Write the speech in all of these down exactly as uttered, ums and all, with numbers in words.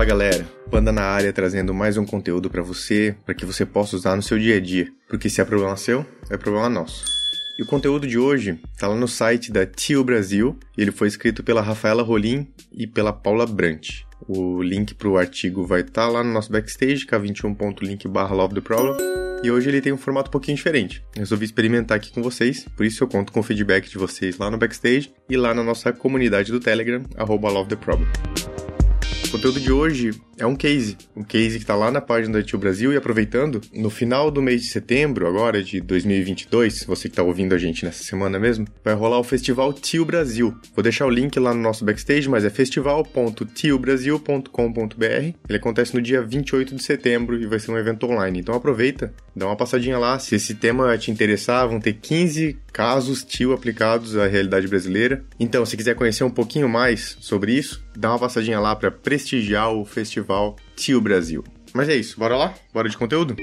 Fala galera, Panda na área trazendo mais um conteúdo para você, para que você possa usar no seu dia a dia, porque se é problema seu, é problema nosso. E o conteúdo de hoje está lá no site da T I O Brasil, e ele foi escrito pela Rafaela Rolim e pela Paula Brant. O link para o artigo vai estar tá lá no nosso backstage, k vinte e um ponto link barra love the problem, e hoje ele tem um formato um pouquinho diferente. Resolvi experimentar aqui com vocês, por isso eu conto com o feedback de vocês lá no backstage e lá na nossa comunidade do Telegram, arroba love the problem. O conteúdo de hoje é um case, um case que está lá na página da T I O Brasil, e aproveitando, no final do mês de setembro, agora de dois mil e vinte e dois, você que está ouvindo a gente nessa semana mesmo, vai rolar o Festival T I O Brasil. Vou deixar o link lá no nosso backstage, mas é festival ponto t i o brasil ponto com ponto b r. Ele acontece no dia vinte e oito de setembro e vai ser um evento online, então aproveita, dá uma passadinha lá. Se esse tema te interessar, vão ter quinze casos T I O aplicados à realidade brasileira. Então, se quiser conhecer um pouquinho mais sobre isso, dá uma passadinha lá para prestigiar o Festival T I O Brasil. Mas é isso, bora lá? Bora de conteúdo?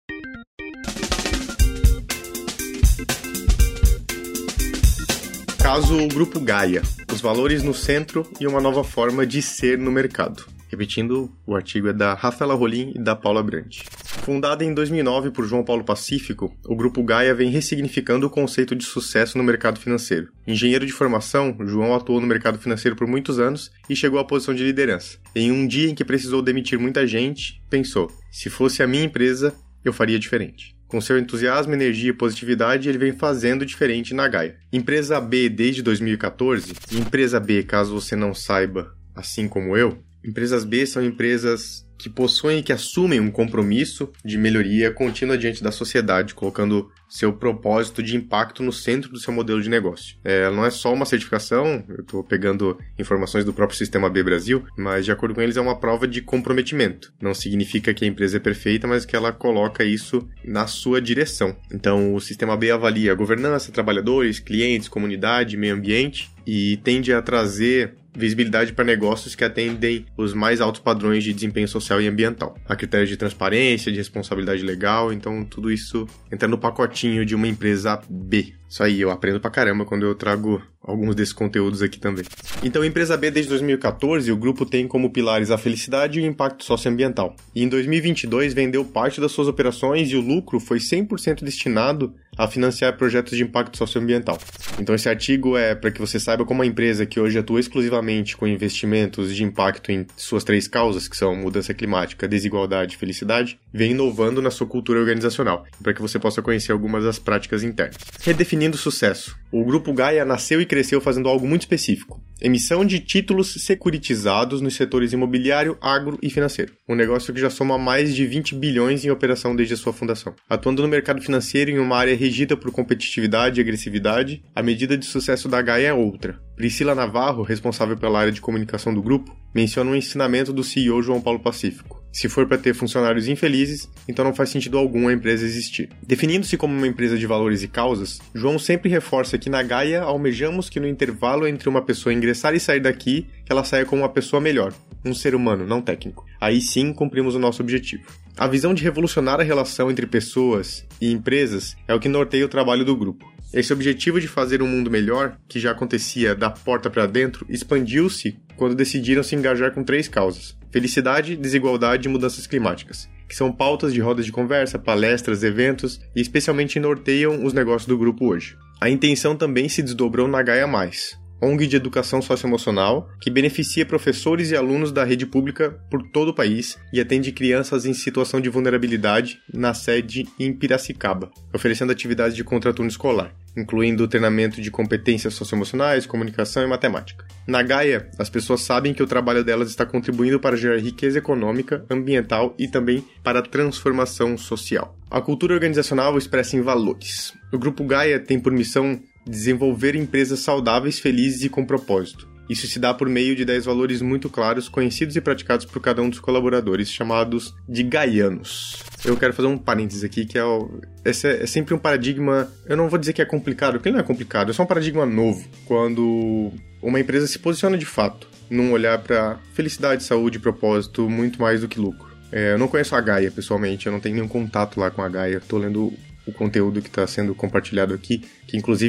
Caso Grupo Gaia, os valores no centro e uma nova forma de ser no mercado. Repetindo, o artigo é da Rafaela Rolim e da Paula Brant. Fundada em dois mil e nove por João Paulo Pacífico, o Grupo Gaia vem ressignificando o conceito de sucesso no mercado financeiro. Engenheiro de formação, João atuou no mercado financeiro por muitos anos e chegou à posição de liderança. Em um dia em que precisou demitir muita gente, pensou, se fosse a minha empresa, eu faria diferente. Com seu entusiasmo, energia e positividade, ele vem fazendo diferente na Gaia. Empresa B desde dois mil e catorze, e Empresa B, caso você não saiba, assim como eu, empresas B são empresas que possuem e que assumem um compromisso de melhoria contínua diante da sociedade, colocando seu propósito de impacto no centro do seu modelo de negócio. É, não é só uma certificação, eu estou pegando informações do próprio Sistema B Brasil, mas de acordo com eles é uma prova de comprometimento. Não significa que a empresa é perfeita, mas que ela coloca isso na sua direção. Então o Sistema B avalia governança, trabalhadores, clientes, comunidade, meio ambiente e tende a trazer visibilidade para negócios que atendem os mais altos padrões de desempenho social e ambiental. Há critérios de transparência, de responsabilidade legal, então tudo isso entra no pacotinho de uma empresa B. Isso aí, eu aprendo pra caramba quando eu trago alguns desses conteúdos aqui também. Então, a Empresa B, desde dois mil e catorze, o grupo tem como pilares a felicidade e o impacto socioambiental. E em dois mil e vinte e dois, vendeu parte das suas operações e o lucro foi cem por cento destinado a financiar projetos de impacto socioambiental. Então, esse artigo é para que você saiba como a empresa que hoje atua exclusivamente com investimentos de impacto em suas três causas, que são mudança climática, desigualdade e felicidade, vem inovando na sua cultura organizacional, para que você possa conhecer algumas das práticas internas. Redefinindo sucesso. O Grupo Gaia nasceu e cresceu fazendo algo muito específico. Emissão de títulos securitizados nos setores imobiliário, agro e financeiro. Um negócio que já soma mais de vinte bilhões em operação desde a sua fundação. Atuando no mercado financeiro em uma área regida por competitividade e agressividade, a medida de sucesso da Gaia é outra. Priscila Navarro, responsável pela área de comunicação do grupo, menciona um ensinamento do C E O João Paulo Pacífico. Se for para ter funcionários infelizes, então não faz sentido algum a empresa existir. Definindo-se como uma empresa de valores e causas, João sempre reforça que na Gaia almejamos que no intervalo entre uma pessoa ingressar e sair daqui, que ela saia como uma pessoa melhor, um ser humano, não técnico. Aí sim cumprimos o nosso objetivo. A visão de revolucionar a relação entre pessoas e empresas é o que norteia o trabalho do grupo. Esse objetivo de fazer um mundo melhor, que já acontecia da porta para dentro, expandiu-se quando decidiram se engajar com três causas: felicidade, desigualdade e mudanças climáticas, que são pautas de rodas de conversa, palestras, eventos e especialmente norteiam os negócios do grupo hoje. A intenção também se desdobrou na Gaia Mais, O N G de educação socioemocional, que beneficia professores e alunos da rede pública por todo o país e atende crianças em situação de vulnerabilidade na sede em Piracicaba, oferecendo atividades de contraturno escolar, incluindo treinamento de competências socioemocionais, comunicação e matemática. Na Gaia, as pessoas sabem que o trabalho delas está contribuindo para gerar riqueza econômica, ambiental e também para a transformação social. A cultura organizacional expressa em valores. O Grupo Gaia tem por missão desenvolver empresas saudáveis, felizes e com propósito. Isso se dá por meio de dez valores muito claros, conhecidos e praticados por cada um dos colaboradores, chamados de gaianos. Eu quero fazer um parênteses aqui, que é, o, esse é, é sempre um paradigma, eu não vou dizer que é complicado, porque ele não é complicado, é só um paradigma novo, quando uma empresa se posiciona de fato num olhar para felicidade, saúde e propósito muito mais do que lucro. É, eu não conheço a Gaia pessoalmente, eu não tenho nenhum contato lá com a Gaia, estou lendo o conteúdo que está sendo compartilhado aqui, que inclusive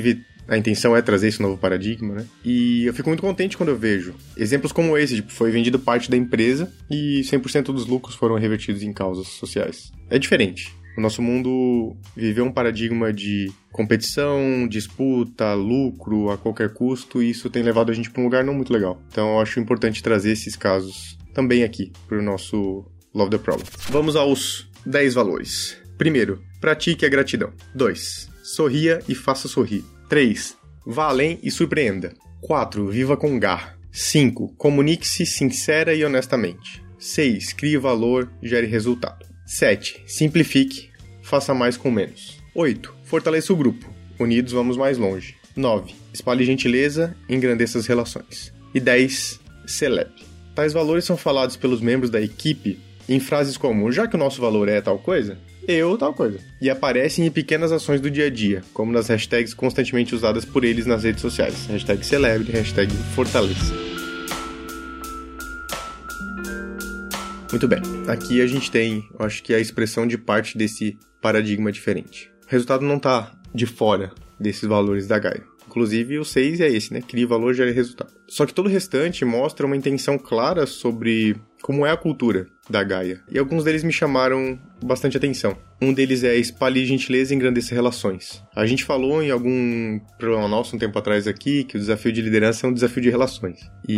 A intenção é trazer esse novo paradigma, né? E eu fico muito contente quando eu vejo exemplos como esse, tipo, foi vendido parte da empresa e cem por cento dos lucros foram revertidos em causas sociais. É diferente. O nosso mundo viveu um paradigma de competição, disputa, lucro a qualquer custo, e isso tem levado a gente para um lugar não muito legal. Então eu acho importante trazer esses casos também aqui para o nosso Love the Problem. Vamos aos dez valores. Primeiro, pratique a gratidão. dois. Sorria e faça sorrir. três. Vá além e surpreenda. quatro. Viva com garra. cinco. Comunique-se sincera e honestamente. seis. Crie valor, gere resultado. sete. Simplifique, faça mais com menos. oito. Fortaleça o grupo. Unidos vamos mais longe. nove. Espalhe gentileza, engrandeça as relações. E dez. Celebre. Tais valores são falados pelos membros da equipe em frases como: já que o nosso valor é tal coisa, eu tal coisa. E aparecem em pequenas ações do dia a dia, como nas hashtags constantemente usadas por eles nas redes sociais. Hashtag celebre, hashtag fortaleça. Muito bem, aqui a gente tem, eu acho que a expressão de parte desse paradigma diferente. O resultado não está de fora desses valores da Gaia. Inclusive o seis é esse, né? Crie valor, gere resultado. Só que todo o restante mostra uma intenção clara sobre como é a cultura da Gaia. E alguns deles me chamaram bastante atenção. Um deles é espalhe gentileza e engrandecer relações. A gente falou em algum programa nosso um tempo atrás aqui que o desafio de liderança é um desafio de relações.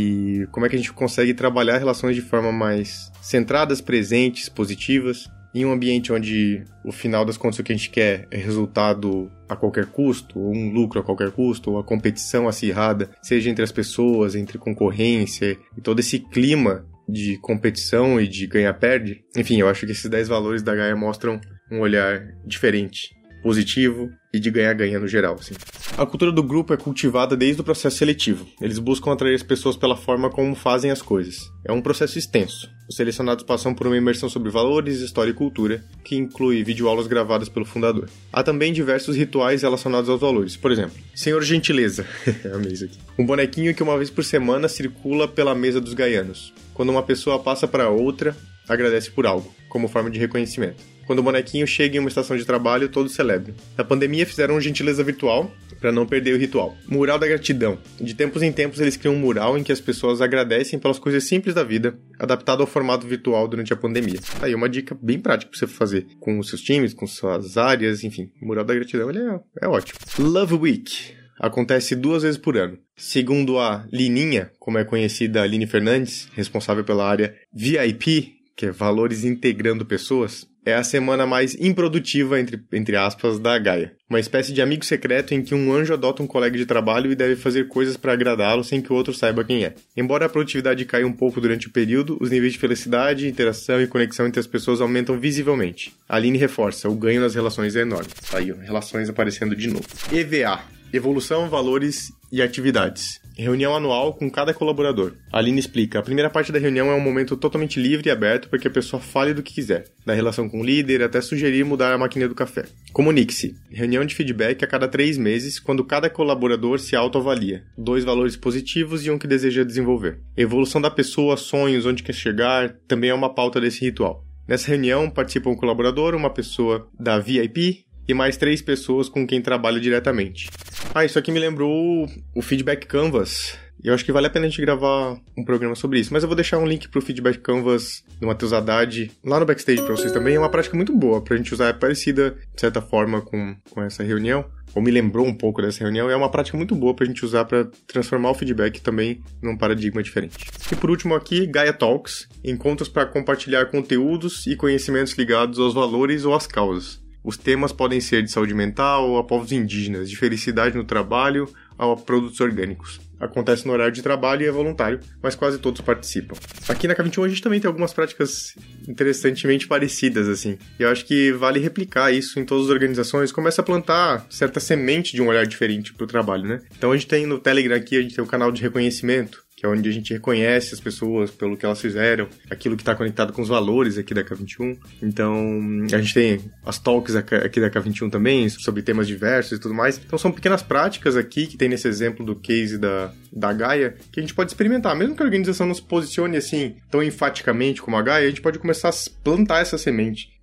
E como é que a gente consegue trabalhar relações de forma mais centradas, presentes, positivas, em um ambiente onde o final das contas o que a gente quer é resultado a qualquer custo, ou um lucro a qualquer custo, ou a competição acirrada, seja entre as pessoas, entre concorrência, e todo esse clima de competição e de ganha-perde. Enfim, eu acho que esses dez valores da Gaia mostram um olhar diferente, positivo e de ganha-ganha no geral, assim. A cultura do grupo é cultivada desde o processo seletivo. Eles buscam atrair as pessoas pela forma como fazem as coisas. É um processo extenso. Os selecionados passam por uma imersão sobre valores, história e cultura, que inclui videoaulas gravadas pelo fundador. Há também diversos rituais relacionados aos valores. Por exemplo, Senhor Gentileza. Amei isso aqui. Um bonequinho que uma vez por semana circula pela mesa dos gaianos. Quando uma pessoa passa para outra, agradece por algo, como forma de reconhecimento. Quando o bonequinho chega em uma estação de trabalho, todos celebram. Na pandemia fizeram um gentileza virtual, para não perder o ritual. Mural da gratidão. De tempos em tempos eles criam um mural em que as pessoas agradecem pelas coisas simples da vida, adaptado ao formato virtual durante a pandemia. Aí uma dica bem prática para você fazer com os seus times, com suas áreas, enfim. O mural da gratidão ele é, é ótimo. Love Week. Acontece duas vezes por ano. Segundo a Lininha, como é conhecida a Aline Fernandes, responsável pela área V I P, que é Valores Integrando Pessoas, é a semana mais improdutiva, entre, entre aspas, da Gaia. Uma espécie de amigo secreto em que um anjo adota um colega de trabalho e deve fazer coisas para agradá-lo sem que o outro saiba quem é. Embora a produtividade caia um pouco durante o período, os níveis de felicidade, interação e conexão entre as pessoas aumentam visivelmente. A Aline reforça, o ganho nas relações é enorme. Aí, relações aparecendo de novo. E V A. Evolução, valores e atividades. Reunião anual com cada colaborador. A Aline explica, a primeira parte da reunião é um momento totalmente livre e aberto para que a pessoa fale do que quiser, da relação com o líder até sugerir mudar a máquina do café. Comunique-se. Reunião de feedback a cada três meses, quando cada colaborador se autoavalia. Dois valores positivos e um que deseja desenvolver. Evolução da pessoa, sonhos, onde quer chegar, também é uma pauta desse ritual. Nessa reunião participam um colaborador, uma pessoa da V I P e mais três pessoas com quem trabalha diretamente. Ah, isso aqui me lembrou o Feedback Canvas. E eu acho que vale a pena a gente gravar um programa sobre isso. Mas eu vou deixar um link pro Feedback Canvas do Matheus Haddad lá no backstage pra vocês também. É uma prática muito boa pra gente usar. É parecida, de certa forma, com, com essa reunião. Ou me lembrou um pouco dessa reunião. E é uma prática muito boa pra gente usar pra transformar o feedback também num paradigma diferente. E por último aqui, Gaia Talks. Encontros para compartilhar conteúdos e conhecimentos ligados aos valores ou às causas. Os temas podem ser de saúde mental, a povos indígenas, de felicidade no trabalho, a produtos orgânicos. Acontece no horário de trabalho e é voluntário, mas quase todos participam. Aqui na K vinte e um a gente também tem algumas práticas interessantemente parecidas, assim. E eu acho que vale replicar isso em todas as organizações. Começa a plantar certa semente de um olhar diferente para o trabalho, né? Então a gente tem no Telegram aqui, a gente tem o canal de reconhecimento, que é onde a gente reconhece as pessoas pelo que elas fizeram, aquilo que está conectado com os valores aqui da K vinte e um. Então, a gente tem as talks aqui da K vinte e um também, sobre temas diversos e tudo mais. Então, são pequenas práticas aqui, que tem nesse exemplo do case da, da Gaia, que a gente pode experimentar. Mesmo que a organização não se posicione assim, tão enfaticamente como a Gaia, a gente pode começar a plantar essa semente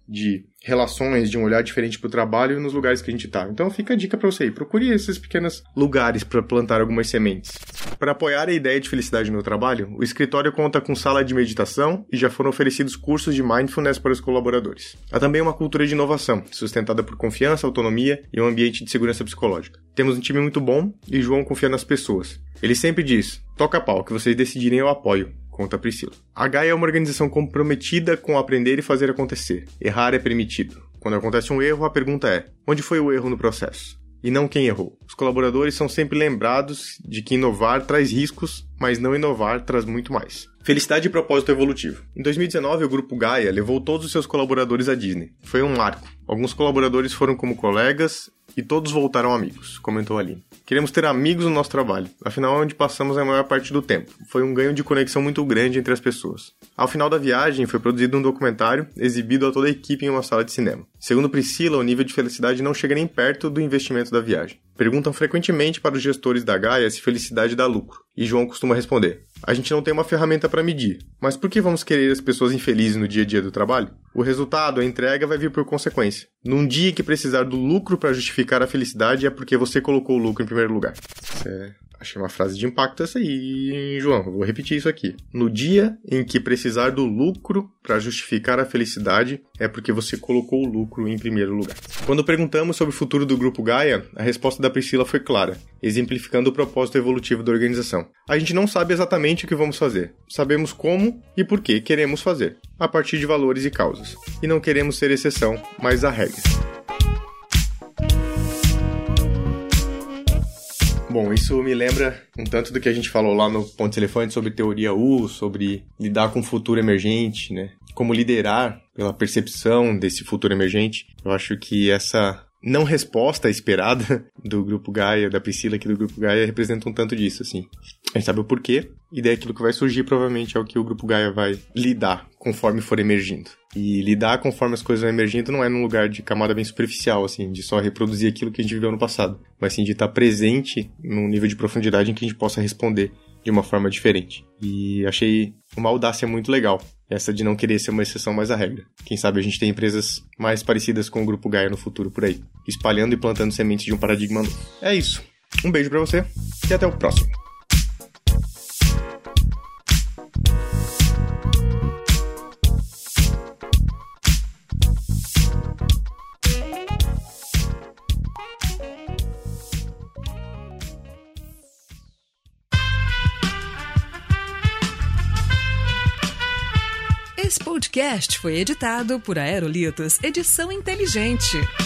de relações, de um olhar diferente para o trabalho nos lugares que a gente está. Então fica a dica para você aí, procure esses pequenos lugares para plantar algumas sementes. Para apoiar a ideia de felicidade no trabalho, o escritório conta com sala de meditação e já foram oferecidos cursos de mindfulness para os colaboradores. Há também uma cultura de inovação, sustentada por confiança, autonomia e um ambiente de segurança psicológica. Temos um time muito bom e João confia nas pessoas. Ele sempre diz, toca pau, que vocês decidirem eu apoio. Conta a Priscila. A Gaia é uma organização comprometida com aprender e fazer acontecer. Errar é permitido. Quando acontece um erro, a pergunta é, onde foi o erro no processo? E não quem errou. Os colaboradores são sempre lembrados de que inovar traz riscos, mas não inovar traz muito mais. Felicidade e propósito evolutivo. Em dois mil e dezenove, o Grupo Gaia levou todos os seus colaboradores à Disney. Foi um marco. Alguns colaboradores foram como colegas e todos voltaram amigos, comentou a Aline. Queremos ter amigos no nosso trabalho, afinal é onde passamos a maior parte do tempo. Foi um ganho de conexão muito grande entre as pessoas. Ao final da viagem, foi produzido um documentário exibido a toda a equipe em uma sala de cinema. Segundo Priscila, o nível de felicidade não chega nem perto do investimento da viagem. Perguntam frequentemente para os gestores da Gaia se felicidade dá lucro. E João costuma responder, a gente não tem uma ferramenta para medir, mas por que vamos querer as pessoas infelizes no dia a dia do trabalho? O resultado, a entrega, vai vir por consequência. Num dia que precisar do lucro para justificar a felicidade é porque você colocou o lucro em primeiro lugar. É, achei uma frase de impacto essa aí, João. Vou repetir isso aqui. No dia em que precisar do lucro para justificar a felicidade é porque você colocou o lucro em primeiro lugar. Quando perguntamos sobre o futuro do Grupo Gaia, a resposta da Priscila foi clara, exemplificando o propósito evolutivo da organização. A gente não sabe exatamente o que vamos fazer. Sabemos como e por que queremos fazer, a partir de valores e causas. E não queremos ser exceção, mas a regra. Bom, isso me lembra um tanto do que a gente falou lá no Pontos Elefantes sobre teoria U, sobre lidar com o futuro emergente, né? Como liderar pela percepção desse futuro emergente. Eu acho que essa não resposta esperada do Grupo Gaia, da Priscila aqui do Grupo Gaia, representa um tanto disso, assim. A gente sabe o porquê, e daí aquilo que vai surgir provavelmente é o que o Grupo Gaia vai lidar conforme for emergindo. E lidar conforme as coisas vão emergindo não é num lugar de camada bem superficial, assim, de só reproduzir aquilo que a gente viveu no passado, mas sim de estar presente num nível de profundidade em que a gente possa responder de uma forma diferente. E achei uma audácia muito legal, essa de não querer ser uma exceção, mas a regra. Quem sabe a gente tem empresas mais parecidas com o Grupo Gaia no futuro por aí, espalhando e plantando sementes de um paradigma novo. É isso. Um beijo pra você e até o próximo. Esse podcast foi editado por Aerolitos Edição Inteligente.